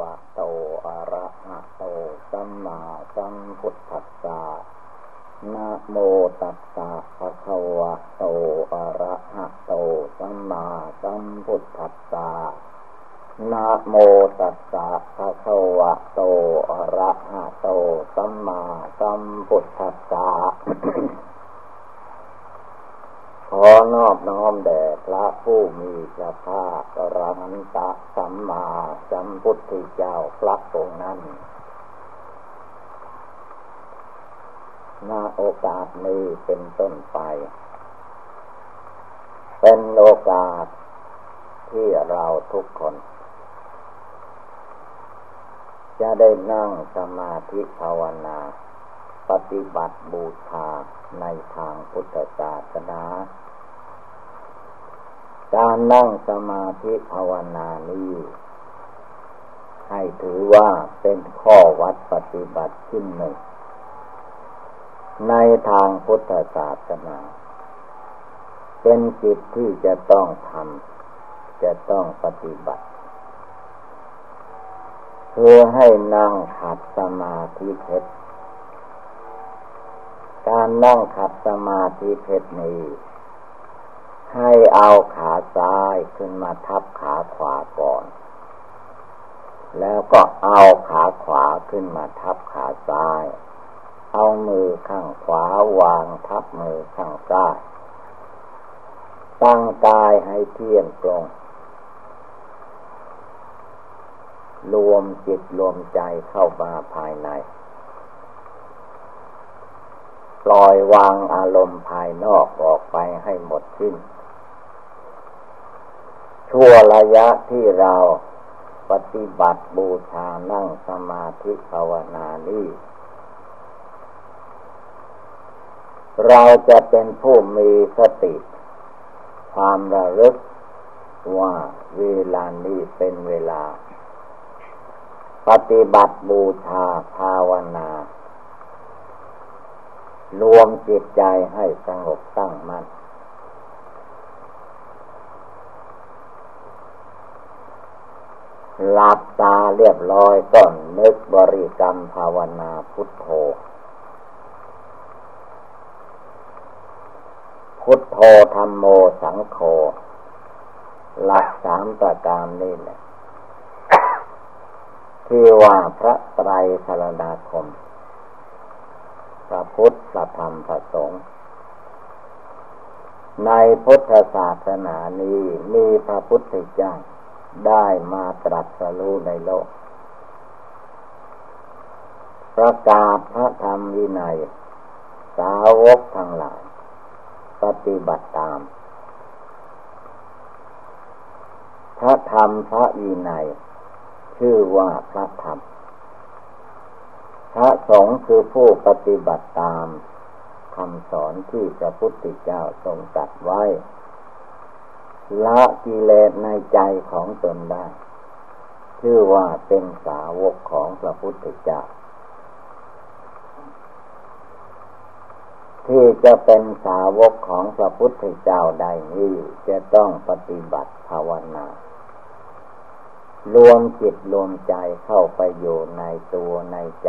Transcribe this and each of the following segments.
ะโตอะระหะโตสัมมาสัมพุทธัสสะนะโมตัสสะภะคะวะโตอะระหะโตสัมมาสัมพุทธัสสะนะโมตัสสะภะคะวะโตอะระหะโตสัมมาสัมพุทธัสสะ ขอนอบน้อมแด่พระผู้มีพระภาคอรหันตสัมมาสัมพุทธเจ้าพระองค์นั้นณโอกาสนี้เป็นต้นไปเป็นโอกาสที่เราทุกคนจะได้นั่งสมาธิภาวนาปฏิบัติบูชาในทางพุทธศาสนาการนั่งสมาธิภาวนานี้ให้ถือว่าเป็นข้อวัดปฏิบัติชิ้นหนึ่งในทางพุทธศาสนาเป็นกิจที่จะต้องทำจะต้องปฏิบัติเพื่อให้นั่งขัดสมาธิเพชรการนั่งขัดสมาธิเพชรนี้ให้เอาขาซ้ายขึ้นมาทับขาขวาก่อนแล้วก็เอาขาขวาขึ้นมาทับขาซ้ายเอามือข้างขวาวางทับมือข้างซ้ายตั้งกายให้เที่ยงตรงรวมจิตรวมใจเข้ามาภายในปล่อยวางอารมณ์ภายนอกออกไปให้หมดสิ้นชั่วระยะที่เราปฏิบัติบูชานั่งสมาธิภาวนานี้เราจะเป็นผู้มีสติความระลึกว่าเวลานี้เป็นเวลาปฏิบัติบูชาภาวนารวมจิตใจให้สงบตั้งมั่นหลับตาเรียบร้อยก็นึกบริกรรมภาวนาพุทโธพุทโธธัมโมสังโฆหลัก3ประการนี้แหละที่ว่าพระไตรสรณคมพระพุทธพระธรรมพระสงฆ์ในพุทธศาสนานี้มีพระพุทธเจ้าได้มาตรัสรู้ในโลกประกาศพระธรรมวินัยสาวกทั้งหลายปฏิบัติตามพระธรรมพระวินัยชื่อว่าพระธรรมพระสงฆ์คือผู้ปฏิบัติตามคำสอนที่พระพุทธเจ้าทรงตรัสไว้ละกิเลสในใจของตนได้ชื่อว่าเป็นสาวกของพระพุทธเจ้าที่จะเป็นสาวกของพระพุทธเจ้าได้นี้จะต้องปฏิบัติภาวนารวมจิตรวมใจเข้าไปอยู่ในตัวในใจ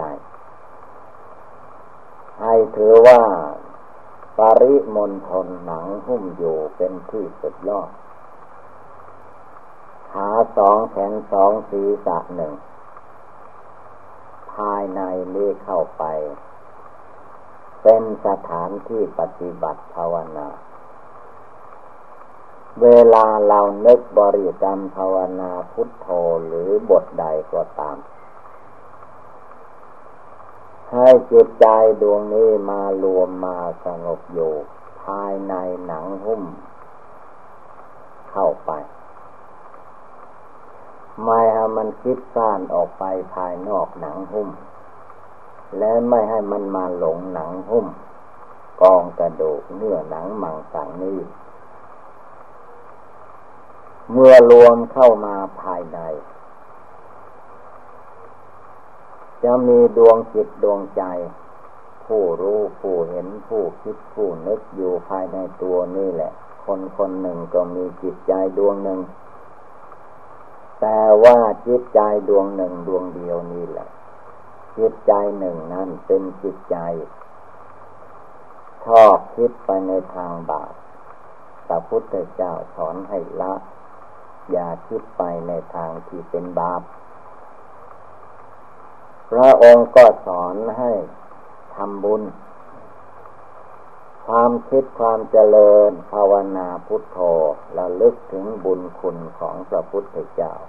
ให้ถือว่าปริมณฑลหนังหุ้มอยู่เป็นที่สุดยอดขา2แขน2ศีรษะ1ภายในนี้เข้าไปเป็นสถานที่ปฏิบัติภาวนาเวลาเรานึกบริกรรมภาวนาพุทโธหรือบทใดก็ตามให้จิตใจดวงนี้มารวมมาสงบอยู่ภายในหนังหุ้มเข้าไปไม่ให้มันคิดซ่านออกไปภายนอกหนังหุ้มและไม่ให้มันมาหลงหนังหุ้มกองกระดูกเนื้อหนังมังสังนี้เมื่อรวมเข้ามาภายในจะมีดวงจิตดวงใจผู้รู้ผู้เห็นผู้คิดผู้นึกอยู่ภายในตัวนี่แหละคนคนหนึ่งก็มีจิตใจดวงหนึ่งแต่ว่าจิตใจดวงหนึ่งดวงเดียวนี่แหละจิตใจหนึ่งนั้นเป็นจิตใจชอบคิดไปในทางบาปพระพุทธเจ้าสอนให้ละอย่าคิดไปในทางที่เป็นบาปพระองค์ก็สอนให้ทำบุญความคิดความเจริญภาวนาพุทโธระลึกถึงบุญคุณของพระพุทธเจ้า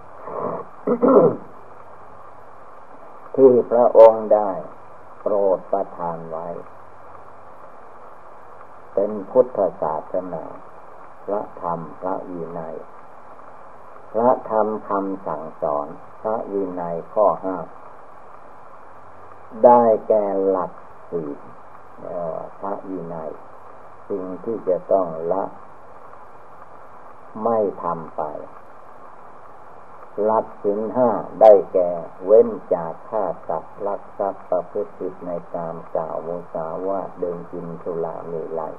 ที่พระองค์ได้โปรดประทานไว้เป็นพุทธศาสนาพระธรรมพระวินัยพระธรรมคำสั่งสอนพระวินัยข้อห้าได้แก่หลักสี่พระวินัยสิ่งที่จะต้องละไม่ทำไปหลักศีลห้าได้แก่เว้นจากฆ่าสัตว์ลักทรัพย์ประพฤติผิดในกามกล่าวมุสาวาทดื่มกินสุราเมลัย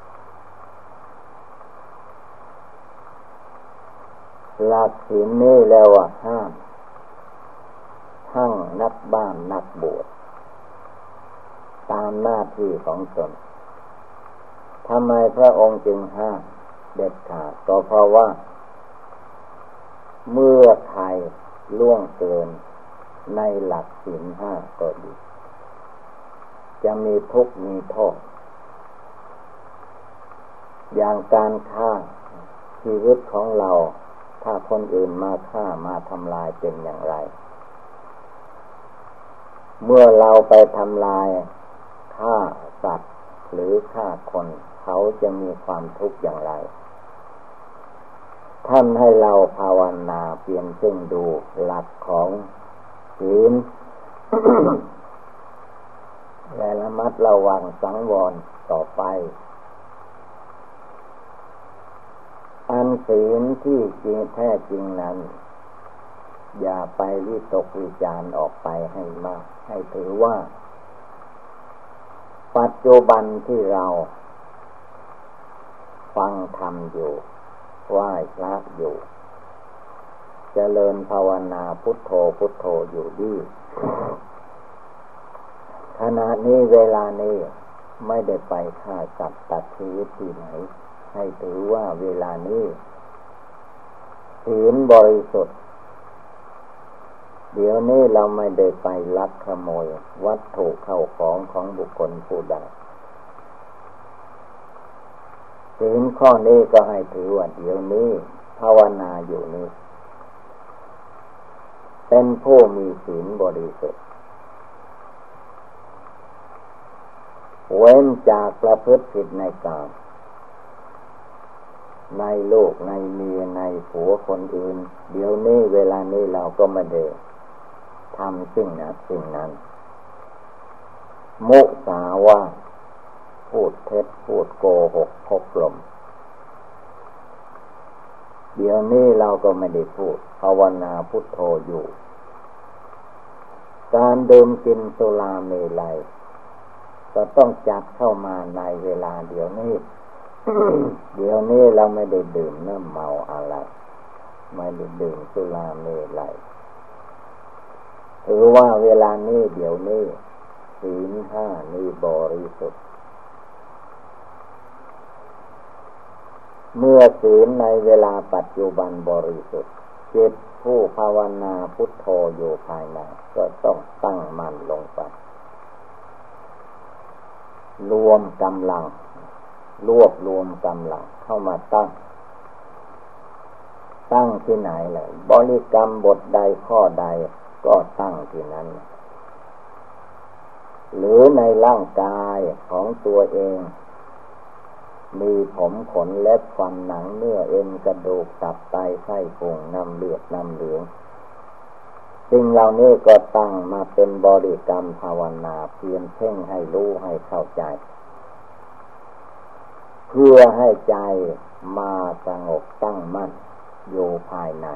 หลักศีลนี้แล้วห้ามทั้งนักบ้านนักบวชตามหน้าที่ของตนทำไมพระองค์จึงห้ามเด็ดขาดก็เพราะว่าเมื่อใครล่วงเกินในหลักศีลห้าก็ดีจะมีทุกข์มีโทษอย่างการฆ่าชีวิตของเราถ้าคนอื่นมาฆ่ามาทำลายเป็นอย่างไรเมื่อเราไปทำลายฆ่าสัตว์หรือฆ่าคนเขาจะมีความทุกข์อย่างไรท่านให้เราภาวนาเปลี่ยนเช่นดูหลักของศีล และระมัดระวังสังวรต่อไปอันศีลที่จริงแท้จริงนั้นอย่าไปวิตกวิจารณ์ออกไปให้มากให้ถือว่าปัจจุบันที่เราฟังธรรมอยู่ไหว้พระอยู่เจริญภาวนาพุทโธพุทโธอยู่ดีขณะนี้เวลานี้ไม่ได้ไปฆ่าสัตว์ตัดชีวิตที่ไหนให้ถือว่าเวลานี้ศีลบริสุทธิ์เดี๋ยวนี้เราไม่ได้ไปลักขโมยวัตถุเข้าของของบุคคลผู้ใดศีลข้อนี้ก็ให้ถือว่าเดี๋ยวนี้ภาวนาอยู่นี้เป็นผู้มีศีลบริสุทธิ์เว้นจากประพฤติผิดในกามในลูกในเมียในผัวคนอื่นเดี๋ยวนี้เวลานี้เราก็ไม่ได้ทำสิ่งนั้นมุสาวาทพูดเท็จพูดโกหกพกลมเดี๋ยวนี้เราก็ไม่ได้พูดภาวนาพุทโธอยู่การดื่มกินสุราเมลัยก็ต้องจัดเข้ามาในเวลาเดี๋ยวนี้ เดี๋ยวนี้เราไม่ได้ดื่มน้ำเมาอะไรไม่ได้ดื่มสุราเมลัยถือว่าเวลานี้เดี๋ยวนี้ศีลห้านี้บริสุทธิ์เมื่อศีลในเวลาปัจจุบันบริสุทธิ์จิตผู้ภาวนาพุทโธอยู่ภายในก็ต้องตั้งมั่นลงไปรวมกำลังรวบรวมกำลังเข้ามาตั้งที่ไหนเลยบริกรรมบทใดข้อใดก็ตั้งที่นั้นหรือในร่างกายของตัวเองมีผมขนเล็บฟันหนังเนื้อเอ็นกระดูกตับไตไส้พุงน้ำเลือดน้ำเหลืองสิ่งเหล่านี้ก็ตั้งมาเป็นบริกรรมภาวนาเพียรเพ่งให้รู้ให้เข้าใจเพื่อให้ใจมาสงบตั้งมั่นอยู่ภายใน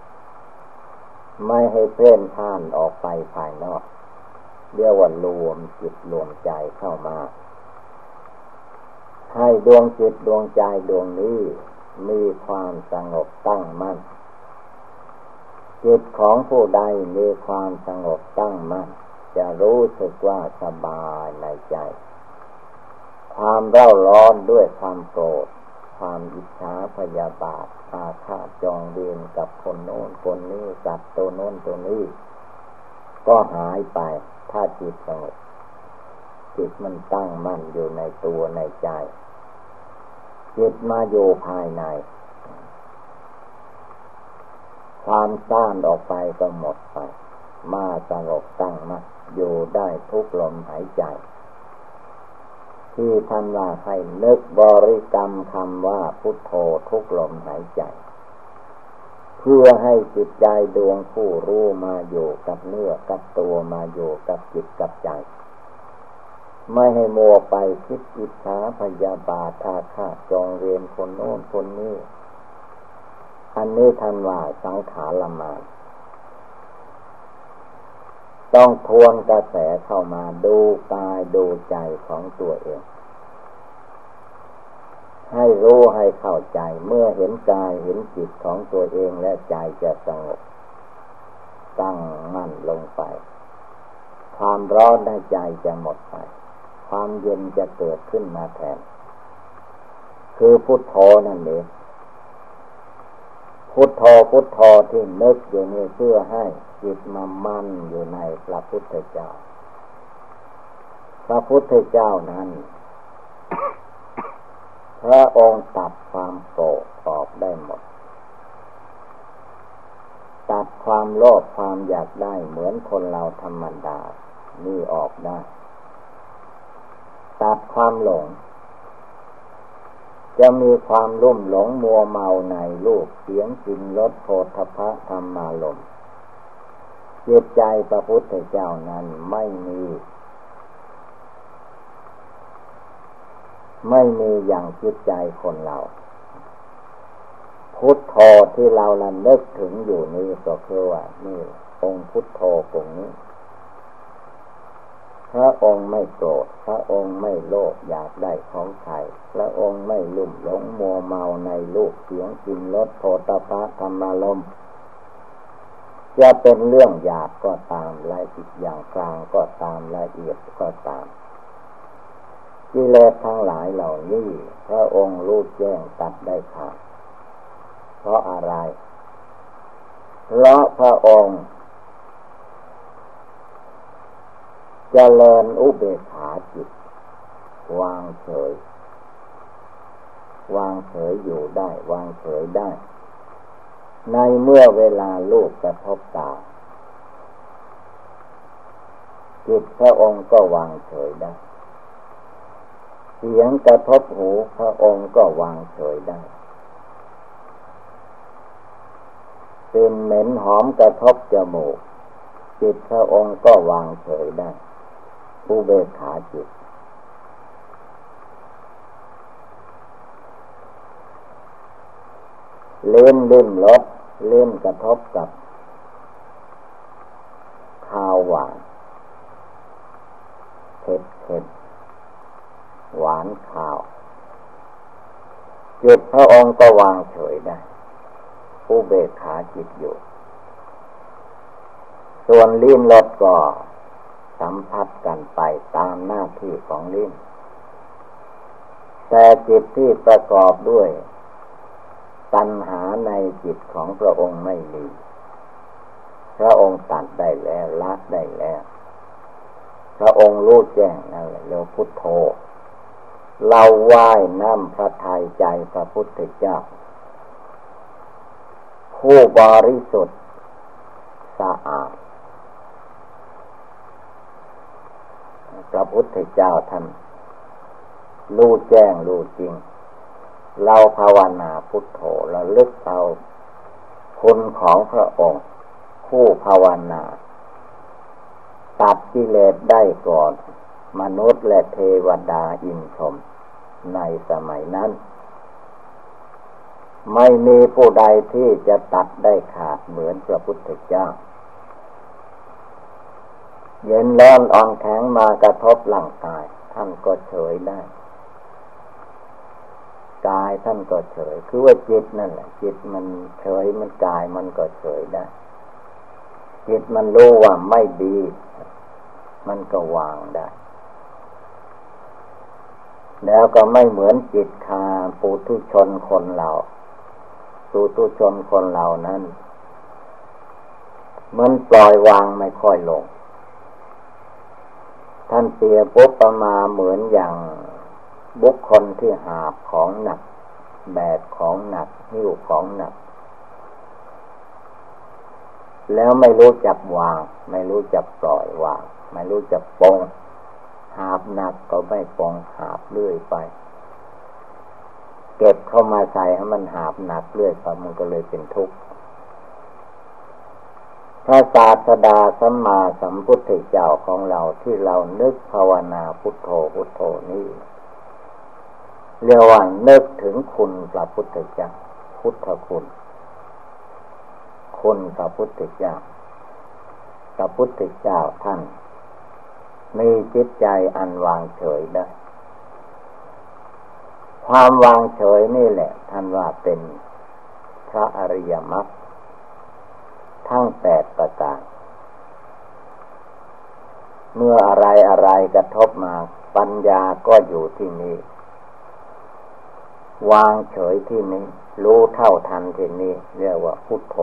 ไม่ให้เพ่นพ่านออกไปภายนอกเรียกว่ารวมจิตรวมใจเข้ามาให้ดวงจิตดวงใจดวงนี้มีความสงบตั้งมั่นจิตของผู้ใดมีความสงบตั้งมั่นจะรู้สึกว่าสบายในใจความเร่าร้อนด้วยความโกรธความอิจฉาพยาบาทอาฆาตจองเวรกับคนโน้นคนนี้สัตว์ตัวโน้นตัวนี้ก็หายไปถ้าจิตสงบจิตมันตั้งมั่นอยู่ในตัวในใจจิตมาอยู่ภายในความซ่านออกไปก็หมดไปมาสงบตั้งมั่นอยู่ได้ทุกลมหายใจที่ท่านว่าให้นึกบริกรรมคำว่าพุทโธทุกลมหายใจเพื่อให้จิตใจดวงผู้รู้มาอยู่กับเนื้อกับตัวมาอยู่กับจิตกับใจไม่ให้มัวไปคิดอิจฉาพยาบาทอาฆาตจองเวรคนโน้นคนนี้อันนี้ท่านว่าสังขารมารต้องทวนกระแสเข้ามาดูกายดูใจของตัวเองให้รู้ให้เข้าใจเมื่อเห็นกายเห็นจิตของตัวเองและใจจะสงบตั้งมั่นลงไปความร้อนในใจจะหมดไปความเย็นจะเกิดขึ้นมาแทนคือพุทโธนั่นเองพุทโธพุทโธที่นึกอยู่นี่เพื่อให้จิตมามั่นอยู่ในพระพุทธเจ้าพระพุทธเจ้านั้นพระองค์ตัดความโกรธออกได้หมดตัดความโลภความอยากได้เหมือนคนเราธรรมดานี่ออกได้ตัดความหลงจะมีความลุ่มหลงมัวเมาในรูปเสียงกลิ่นรสโผฏฐัพพะธรรมารมณ์จิตใจพระพุทธเจ้านั้นไม่มีอย่างจิตใจคนเราพุทโธที่เราระลึกถึงอยู่นี้ก็คือว่านี่องค์พุทโธองค์นี้พระองค์ไม่โกรธพระองค์ไม่โลภอยากได้ของใครพระองค์ไม่ลุ่มหลงมัวเมาในรูปเสียงกลิ่นรสโผฏฐัพพะธรรมารมณ์จะเป็นเรื่องหยาบก็ตามละเอียดอย่างกลางก็ตามละเอียดก็ตามกิเลสทั้งหลายเหล่านี้พระองค์รู้แจ้งตัดได้ขาดเพราะอะไรเพราะพระองค์เจริญอุเบกขาจิตวางเฉยอยู่ได้วางเฉยได้ในเมื่อเวลาลูกกระทบตาจิตพระองค์ก็วางเฉยได้เสียงกระทบหูพระองค์ก็วางเฉยได้กลิ่นเหม็นหอมกระทบจมูกจิตพระองค์ก็วางเฉยได้อุเบกขาจิตเล่นลิ้มรสเล่นกระทบกับข้าวหวานเผ็ดหวานข้าวจิตพระองค์ก็วางเฉยได้อุเบกขาจิตอยู่ส่วนลิ้มรสก็สัมผัสกันไปตามหน้าที่ของลิ้นแต่จิตที่ประกอบด้วยตัณหาในจิตของพระองค์ไม่มีพระองค์ตัดได้แล้วละได้แล้วพระองค์รู้แจ้งนั่นแหละเรียกพุทโธเราไหว้น้ำพระทัยใจพระพุทธเจ้าผู้บริสุทธิ์สะอาดพระพุทธเจ้าท่านรู้แจ้งรู้จริงเราภาวนาพุทโธเราลึกเอาคุณของพระองค์ผู้ภาวนาตัดกิเลสได้ก่อนมนุษย์และเทวดาอินทร์ในสมัยนั้นไม่มีผู้ใดที่จะตัดได้ขาดเหมือนพระพุทธเจ้าเย็นร้อนอ่อนแข็งมากระทบร่างกายท่านก็เฉยได้กายท่านก็เฉยคือว่าจิตนั่นแหละจิตมันเฉยมันกายมันก็เฉยได้จิตมันรู้ว่าไม่ดีมันก็วางได้แล้วก็ไม่เหมือนจิตคาปุถุชนคนเราปุถุชนคนเรานั้นมันปล่อยวางไม่ค่อยลงท่านเปรียบประมาณเหมือนอย่างบุคคลที่หาบของหนักแบกของหนักหิ้วของหนักแล้วไม่รู้จักวางไม่รู้จักปล่อยวางไม่รู้จักปลงหาบหนักก็ไม่ปลงหาบเรื่อยไปเก็บเข้ามาใส่ให้มันหาบหนักเรื่อยไปมันก็เลยเป็นทุกข์พระศาสดาสัมมาสัมพุทธเจ้าของเราที่เรานึกภาวนาพุทโธพุทโธนี้เรียกว่านึกถึงคุณพระพุทธเจ้าพุทธคุณคุณพระพุทธเจ้าพระพุทธเจ้าท่านมีจิตใจอันวางเฉยได้ความวางเฉยนี่แหละท่านว่าเป็นพระอริยมรรคทั้ง8ประการเมื่ออะไรกระทบมาปัญญาก็อยู่ที่นี่วางเฉยที่นี้รู้เท่าทันที่นี้เรียกว่าพุทโธ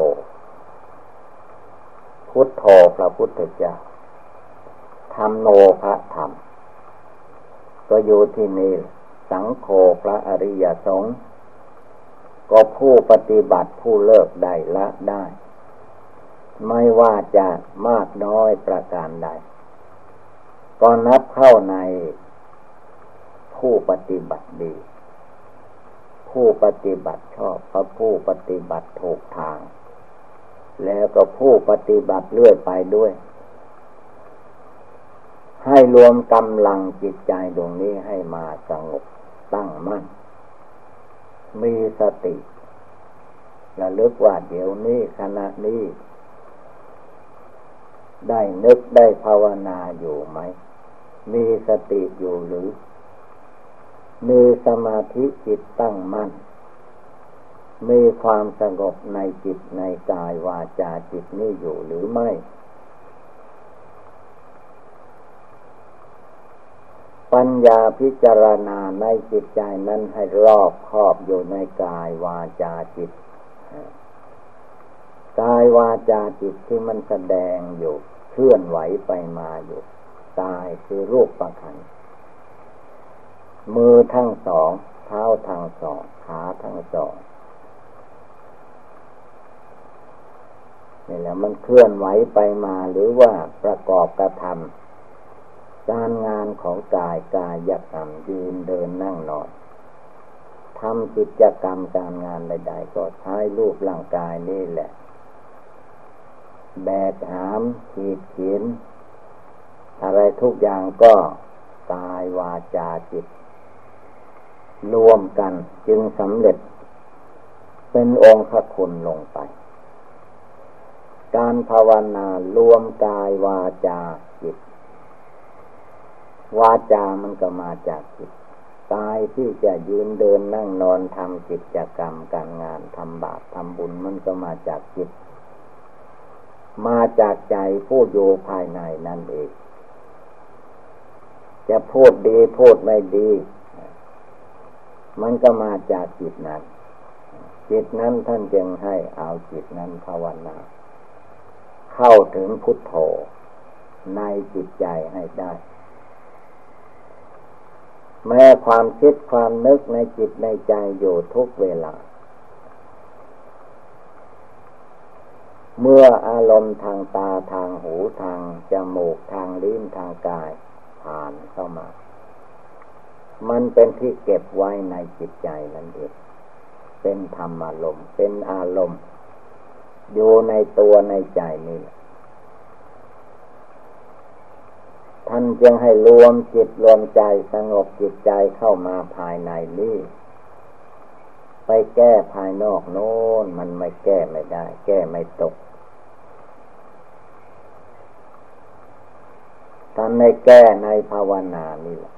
พุทโธพระพุทธเจ้าธัมโมพระธรรมก็อยู่ที่นี่สังโฆพระอริยสงฆ์ก็ผู้ปฏิบัติผู้เลิกได้ละได้ไม่ว่าจะมากน้อยประการใดก็นับเข้าในผู้ปฏิบัติดีผู้ปฏิบัติชอบพระผู้ปฏิบัติถูกทางแล้วก็ผู้ปฏิบัติเรื่อยไปด้วยให้รวมกำลังจิตใจดวงนี้ให้มาสงบตั้งมั่นมีสติระลึกว่าเดี๋ยวนี้ขณะนี้ได้นึกได้ภาวนาอยู่ไหมมีสติอยู่หรือมีสมาธิจิตตั้งมั่นมีความสงบในจิตในกายวาจาจิตนี้อยู่หรือไม่ปัญญาพิจารณาในจิตใจนั้นให้รอบคอบอยู่ในกายวาจาจิตกายวาจาจิตที่มันแสดงอยู่เคลื่อนไหวไปมาอยู่กายคือรูปประขันธ์มือทั้งสองเท้าทั้งสองขาทั้งสองนี่แหละมันเคลื่อนไหวไปมาหรือว่าประกอบกระทำการงานของกายกายกรรมยืนเดินนั่งนอนทำกิจกรรมการงานใดๆก็ใช้รูปร่างกายนี่แหละแบกหามขีดเขียนอะไรทุกอย่างก็กายวาจาจิตรวมกันจึงสำเร็จเป็นองค์คุณลงไปการภาวนารวมกายวาจาจิตวาจามันก็มาจากจิตกายที่จะยืนเดินนั่งนอนทำกิจกรรมการงานทำบาปทำบุญมันก็มาจากจิตมาจากใจผู้อยู่ภายในนั่นเองจะพูดดีพูดไม่ดีมันก็มาจากจิตนั้นจิตนั้นท่านจึงให้เอาจิตนั้นภาวนาเข้าถึงพุทโธในจิตใจให้ได้แม้ความคิดความนึกในจิตในใจอยู่ทุกเวลาเมื่ออารมณ์ทางตาทางหูทางจมูกทางลิ้นทางกายผ่านเข้ามามันเป็นที่เก็บไว้ในจิตใจนั่นเองเป็นธรรมอารมณ์เป็นอารมณ์อยู่ในตัวในใจนี่ท่านจึงให้รวมจิตรวมใจสงบจิตใจเข้ามาภายในนี้ไปแก้ภายนอกโน้นมันไม่แก้ไม่ได้แก้ไม่ตกท่านในแก้ในภาวนานี่แหละ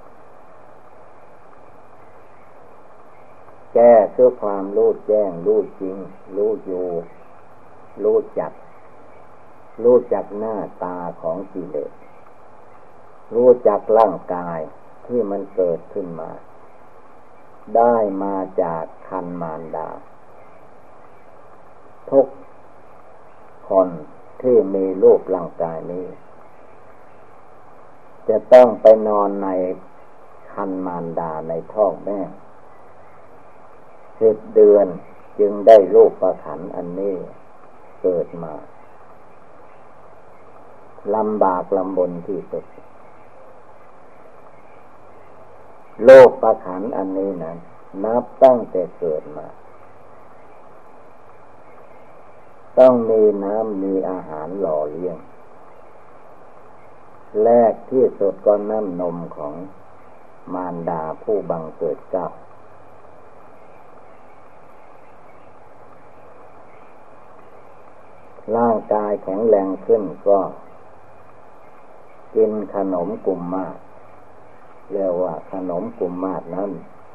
แก้คือความรู้แจ้งรู้จริงรู้อยู่รู้จักรู้จักหน้าตาของกิเลสรู้จักร่างกายที่มันเกิดขึ้นมาได้มาจากคันมารดาทุกคนที่มีรูปร่างกายนี้จะต้องไปนอนในคันมารดาในท้องแม่10 เดือนจึงได้รูปประขันอันนี้เกิดมาลำบากลำบนที่สุดโลกประขันอันนี้นั้นนับตั้งแต่เกิดมาต้องมีน้ำมีอาหารหล่อเลี้ยงแรกที่สุดก็น้ำนมของมารดาผู้บังเกิดเกล้าร่างกายแข็งแรงขึ้นก็กินขนมกุมมาศเรียกว่าขนมกุมมาศนั้น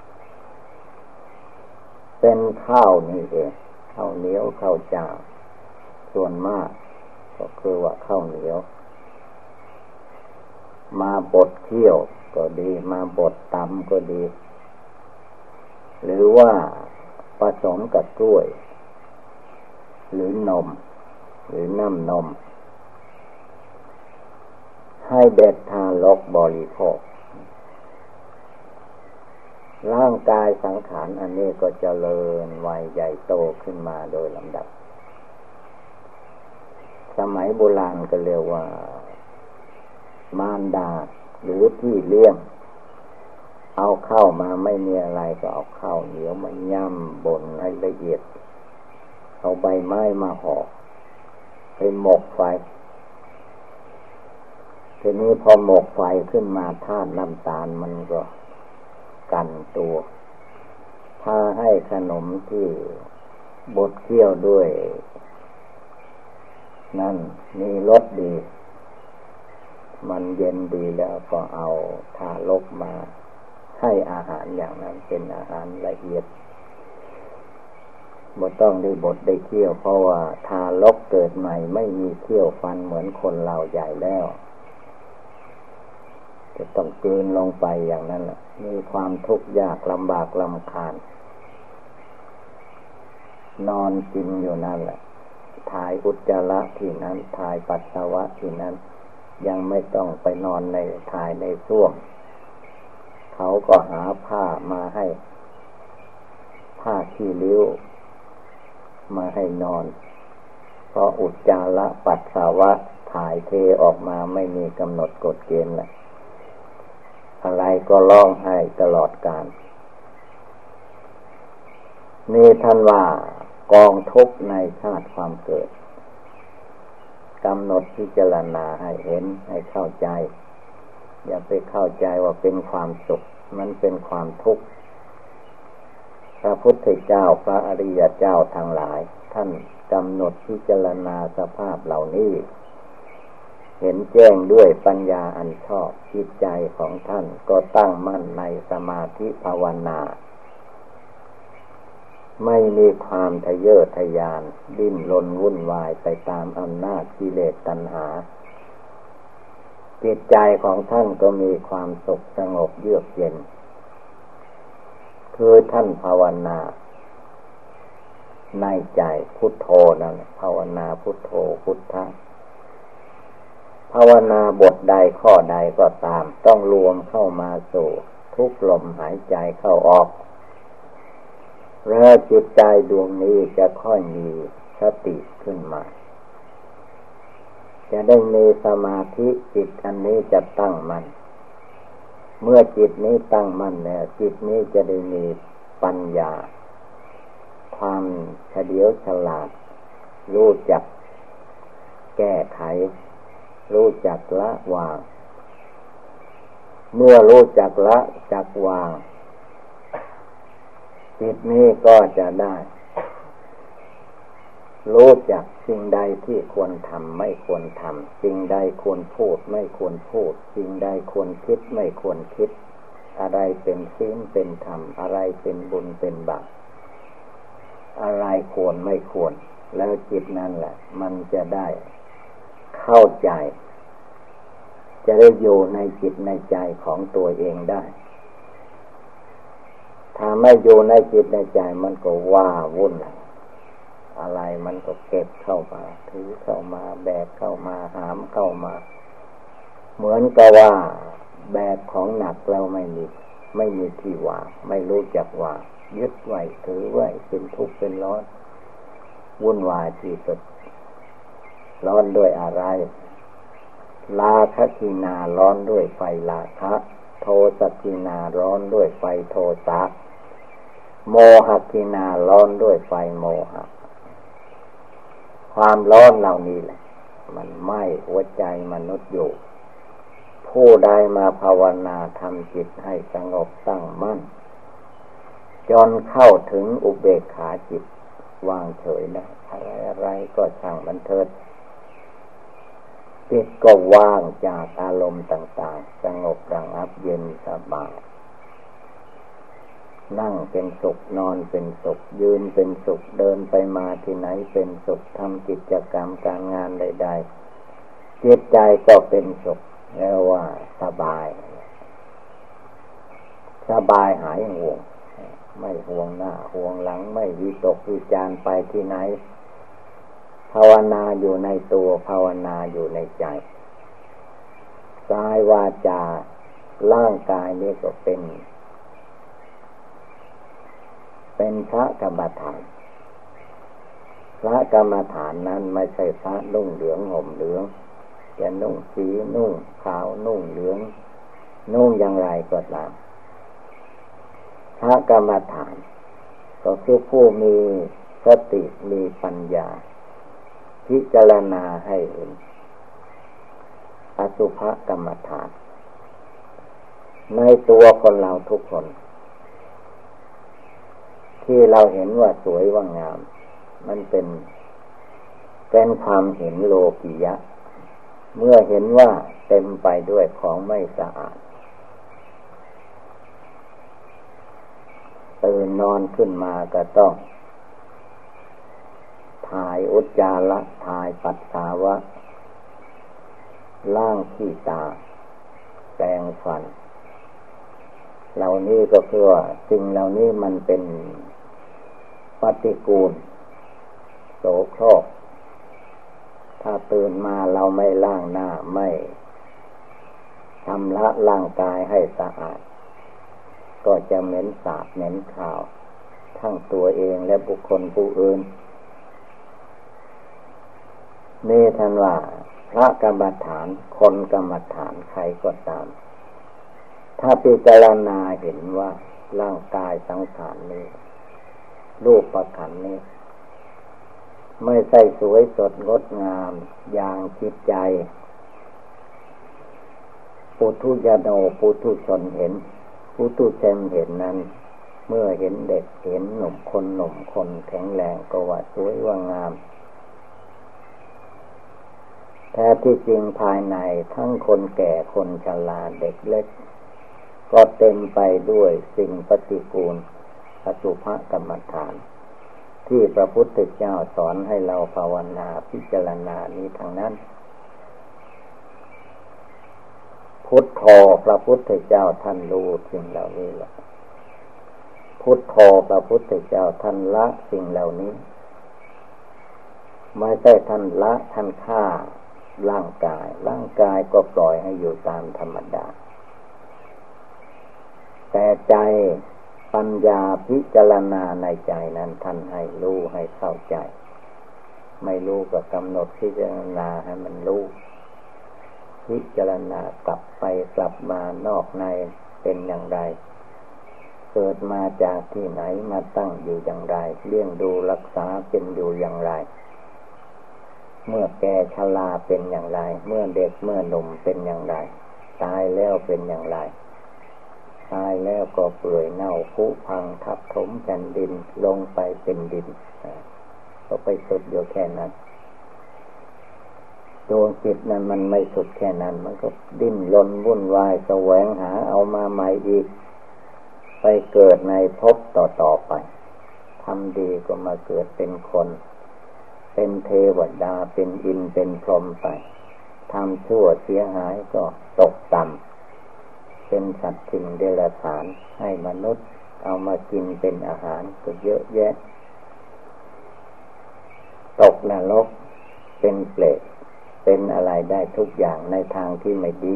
เป็นข้าวนี่เองข้าวเหนียวข้าวเจ้าส่วนมากก็คือว่าข้าวเหนียวมาบดเคี่ยวก็ดีมาบดตำก็ดีหรือว่าผสมกับกล้วยหรือนมหรือน้ำนมให้เด็กทารกบริโภคร่างกายสังขารอันนี้ก็เจริญวัยใหญ่โตขึ้นมาโดยลำดับสมัยโบราณก็เรียกว่ามารดาหรือพี่เลี้ยงเอาเข้ามาไม่มีอะไรก็เอาข้าวเหนียวมาย่ำบนให้ละเอียดเอาใบไม้มาห่อไปหมกไฟทีนี้พอหมกไฟขึ้นมาธาตุน้ำตาลมันก็กันตัวถ้าให้ขนมที่บดเคี่ยวด้วยนั่นมีรสดีมันเย็นดีแล้วก็เอาทารกมาให้อาหารอย่างนั้นเป็นอาหารละเอียดบ่ต้องได้บดได้เคี่ยวเพราะว่าทารกเกิดใหม่ไม่มีเคี่ยวฟันเหมือนคนเราใหญ่แล้วจะต้องกลืนลงไปอย่างนั้นแหละมีความทุกข์ยากลำบากรำคาญนอนกินอยู่นั่นแหละถ่ายอุจจาระที่นั้นถ่ายปัสสาวะที่นั้นยังไม่ต้องไปนอนในถ่ายในส้วมเขาก็หาผ้ามาให้ผ้าขี้ริ้วมาให้นอนเพราะอุจจาระปัสสาวะถ่ายเทออกมาไม่มีกำหนดกฎเกณฑ์แหละอะไรก็ร้องไห้ตลอดกาลนี่ท่านว่ากองทุกข์ในชาติความเกิดกำหนดพิจารณาให้เห็นให้เข้าใจอย่าไปเข้าใจว่าเป็นความสุขมันเป็นความทุกข์พระพุทธเจ้าพระอริยเจ้าทั้งหลายท่านกำหนดพิจารณาสภาพเหล่านี้เห็นแจ้งด้วยปัญญาอันชอบจิตใจของท่านก็ตั้งมั่นในสมาธิภาวนาไม่มีความทะเยอทะยานดิ้นรนวุ่นวายไปตามอำนาจกิเลสตัณหาจิตใจของท่านก็มีความสุขสงบเยือกเย็นคือท่านภาวนาในใจพุทโธนั่นภาวนาพุทโธพุทธะภาวนาบทใดข้อใดก็ตามต้องรวมเข้ามาสู่ทุกลมหายใจเข้าออกแล้วจิตใจดวงนี้จะค่อยมีสติขึ้นมาจะได้มีสมาธิจิตอันนี้จะตั้งมั่นเมื่อจิตนี้ตั้งมั่นแล้วจิตนี้จะได้มีปัญญาความเฉลียวฉลาดรู้จักแก้ไขรู้จักละวางเมื่อรู้จักละจักวางจิตนี้ก็จะได้รู้จักสิ่งใดที่ควรทำไม่ควรทำสิ่งใดควรพูดไม่ควรพูดสิ่งใดควรคิดไม่ควรคิดอะไรเป็นศีลเป็นธรรมอะไรเป็นบุญเป็นบาปอะไรควรไม่ควรแล้วจิตนั่นแหละมันจะได้เข้าใจจะได้อยู่ในจิตในใจของตัวเองได้ถ้าไม่อยู่ในจิตในใจมันก็ว่าวุ่นอะไรมันก็เก็บเข้ามาถือเข้ามาแบกเข้ามาหามเข้ามาเหมือนกับว่าแบกของหนักเราไม่มีที่วางไม่รู้จักวางยึดไว้ถือไว้เป็นทุกข์เป็นร้อนวุ่นวายที่สุดร้อนด้วยอะไรราคะกินาร้อนด้วยไฟราคะโทสะกินาร้อนด้วยไฟโทสะโมหกินาร้อนด้วยไฟโมหะความร้อนเหล่านี้แหละมันไหม้หัวใจมนุษย์อยู่ผู้ใดมาภาวนาทำจิตให้สงบตั้งมั่นจนเข้าถึงอุเบกขาจิตวางเฉยได้อะไรก็ช่างมันเถิดจิตก็ว่างจากอารมณ์ต่างๆสงบระงับเย็นสบายนั่งเป็นสุขนอนเป็นสุขยืนเป็นสุขเดินไปมาที่ไหนเป็นสุขทำกิจกรรมการงานใดๆจิตใจก็เป็นสุขเรียกว่าสบายหายห่วงไม่ห่วงหน้าห่วงหลังไม่วิตกวิจารไปที่ไหนภาวนาอยู่ในตัวภาวนาอยู่ในใจกายวาจาร่างกายนี่ก็เป็นพระกรรมฐานพระกรรมฐานนั้นไม่ใช่พระนุ่งเหลืองห่มเหลืองจะนุ่งสีนุ่งขาวนุ่งเหลืองนุ่งอย่างไรก็ตามพระกรรมฐานก็คือผู้มีสติมีปัญญาพิจารณาให้เห็นอสุภกรรมฐานในตัวคนเราทุกคนที่เราเห็นว่าสวยว่างามมันเป็นความเห็นโลกิยะเมื่อเห็นว่าเต็มไปด้วยของไม่สะอาดตื่นนอนขึ้นมาก็ต้องถ่ายอุจจาระถ่ายปัสสาวะล้างขี้ตาแปรงฟันเหล่านี้ก็คือว่าสิ่งเหล่านี้มันเป็นปฏิกูลโสโครกถ้าตื่นมาเราไม่ล้างหน้าไม่ชำระร่างกายให้สะอาดก็จะเหม็นสาบเหม็นคาวทั้งตัวเองและบุคคลผู้อื่นนี่ท่านว่าพระกรรมฐานคนกรรมฐานใครก็ตามถ้าพิจารณาเห็นว่าร่างกายสังขารนี้รูปขันธ์นี้ไม่ใช่สวยสดงดงามอย่างจิตใจปุถุชนปุถุชนเห็นปุถุชนเห็นนั้นเมื่อเห็นเด็กเห็นหนุ่มคนแข็งแรงก็ว่าสวยว่างามแท้ที่จริงภายในทั้งคนแก่คนชราเด็กเล็กก็เต็มไปด้วยสิ่งปฏิกูลอสุภกรรมฐานที่พระพุทธเจ้าสอนให้เราภาวนาพิจารณานี้ทั้งนั้นพุทโธพระพุทธเจ้าท่านรู้สิ่งเหล่านี้แหละพุทโธพระพุทธเจ้าท่านละสิ่งเหล่านี้ไม่ใช่ท่านละท่านฆ่าร่างกายก็ปล่อยให้อยู่ตามธรรมดาแต่ใจปัญญาพิจารณาในใจนั้นท่านให้รู้ให้เข้าใจไม่รู้ก็กำหนดพิจารณาให้มันรู้พิจารณากลับไปกลับมานอกในเป็นอย่างไรเกิดมาจากที่ไหนมาตั้งอยู่อย่างไรเลี้ยงดูรักษาเป็นอยู่อย่างไรเมื่อแก่ชราเป็นอย่างไรเมื่อเด็กเมื่อหนุ่มเป็นอย่างไรตายแล้วเป็นอย่างไรตายแล้วก็เปื่อยเน่าผุพังทับถมแผ่นดินลงไปเป็นดินก็ไปสุดอยู่แค่นั้นดวงจิตนั้นมันไม่สุดแค่นั้นมันก็ดิ้นรนวุ่นวายแสวงหาเอามาใหม่อีกไปเกิดในภพต่อไปทำดีก็มาเกิดเป็นคนเป็นเทวดาเป็นอินทร์เป็นพรหมไปทำชั่วเสียหายก็ตกต่ำเป็นสัตว์สิ่งเดรัจฉานให้มนุษย์เอามากินเป็นอาหารก็เยอะแยะตกนรกเป็นเปรตเป็นอะไรได้ทุกอย่างในทางที่ไม่ดี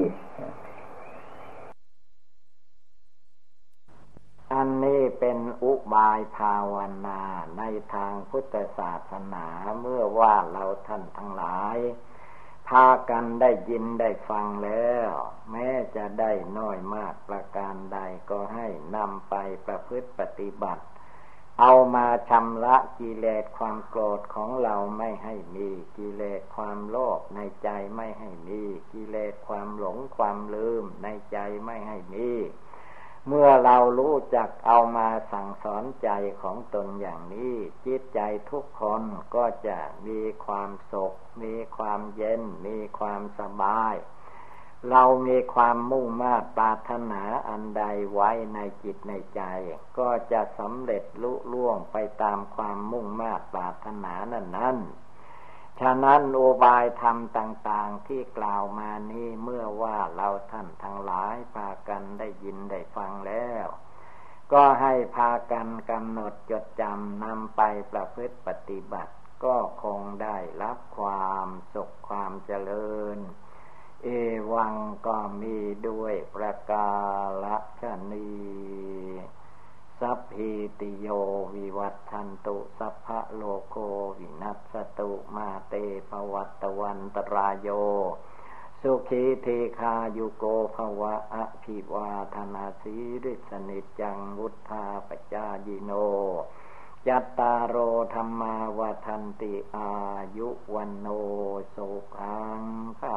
อันนี้เป็นอุบายภาวนาในทางพุทธศาสนาเมื่อว่าเราท่านทั้งหลายพากันได้ยินได้ฟังแล้วแม้จะได้น้อยมากประการใดก็ให้นำไปประพฤติปฏิบัติเอามาชำระกิเลสความโกรธของเราไม่ให้มีกิเลสความโลภในใจไม่ให้มีกิเลสความหลงความลืมในใจไม่ให้มีเมื่อเรารู้จักเอามาสั่งสอนใจของตนอย่างนี้จิตใจทุกคนก็จะมีความสุขมีความเย็นมีความสบายเรามีความมุ่งมา่ปรารถนาอันใดไว้ในจิตในใจก็จะสำเร็จลุล่วงไปตามความมุ่งมา่ปรารถนานั้นฉะนั้นอุบายธรรมต่างๆที่กล่าวมานี้เมื่อว่าเราท่านทั้งหลายพากันได้ยินได้ฟังแล้วก็ให้พากันกำหนดจดจำนำไปประพฤติปฏิบัติก็คงได้รับความสุขความเจริญเอวังก็มีด้วยประกาศนีสัพพิติโยวิวัตชันตุสัพพะโลกโควินัสสตุมาเตภวัตวันตรายโยสุขีเทคายุโกภวะอภิวาทนาสีริสนิจจังวุธาปจายิโนยัตตารโอธรรมาวทันติอายุวันโนสุขังภา